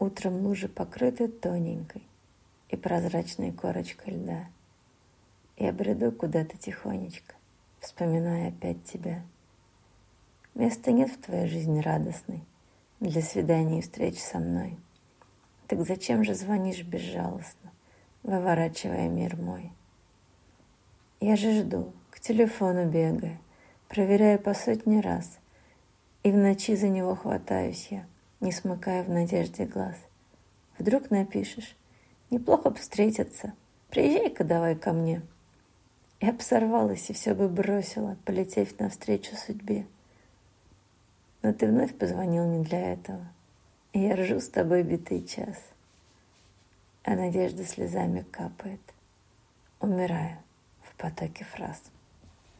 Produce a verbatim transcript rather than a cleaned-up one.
Утром лужи покрыты тоненькой и прозрачной корочкой льда. Я бреду куда-то тихонечко, вспоминая опять тебя. Места нет в твоей жизни радостной для свиданий и встреч со мной. Так зачем же звонишь безжалостно, выворачивая мир мой? Я же жду, к телефону бегая, проверяя по сотни раз, и в ночи за него хватаюсь я, не смыкая в надежде глаз. Вдруг напишешь: неплохо бы встретиться, приезжай-ка давай ко мне. Я б сорвалась и все бы бросила, полетев навстречу судьбе. Но ты вновь позвонил не для этого, и я ржу с тобой битый час. А надежда слезами капает, умирая в потоке фраз.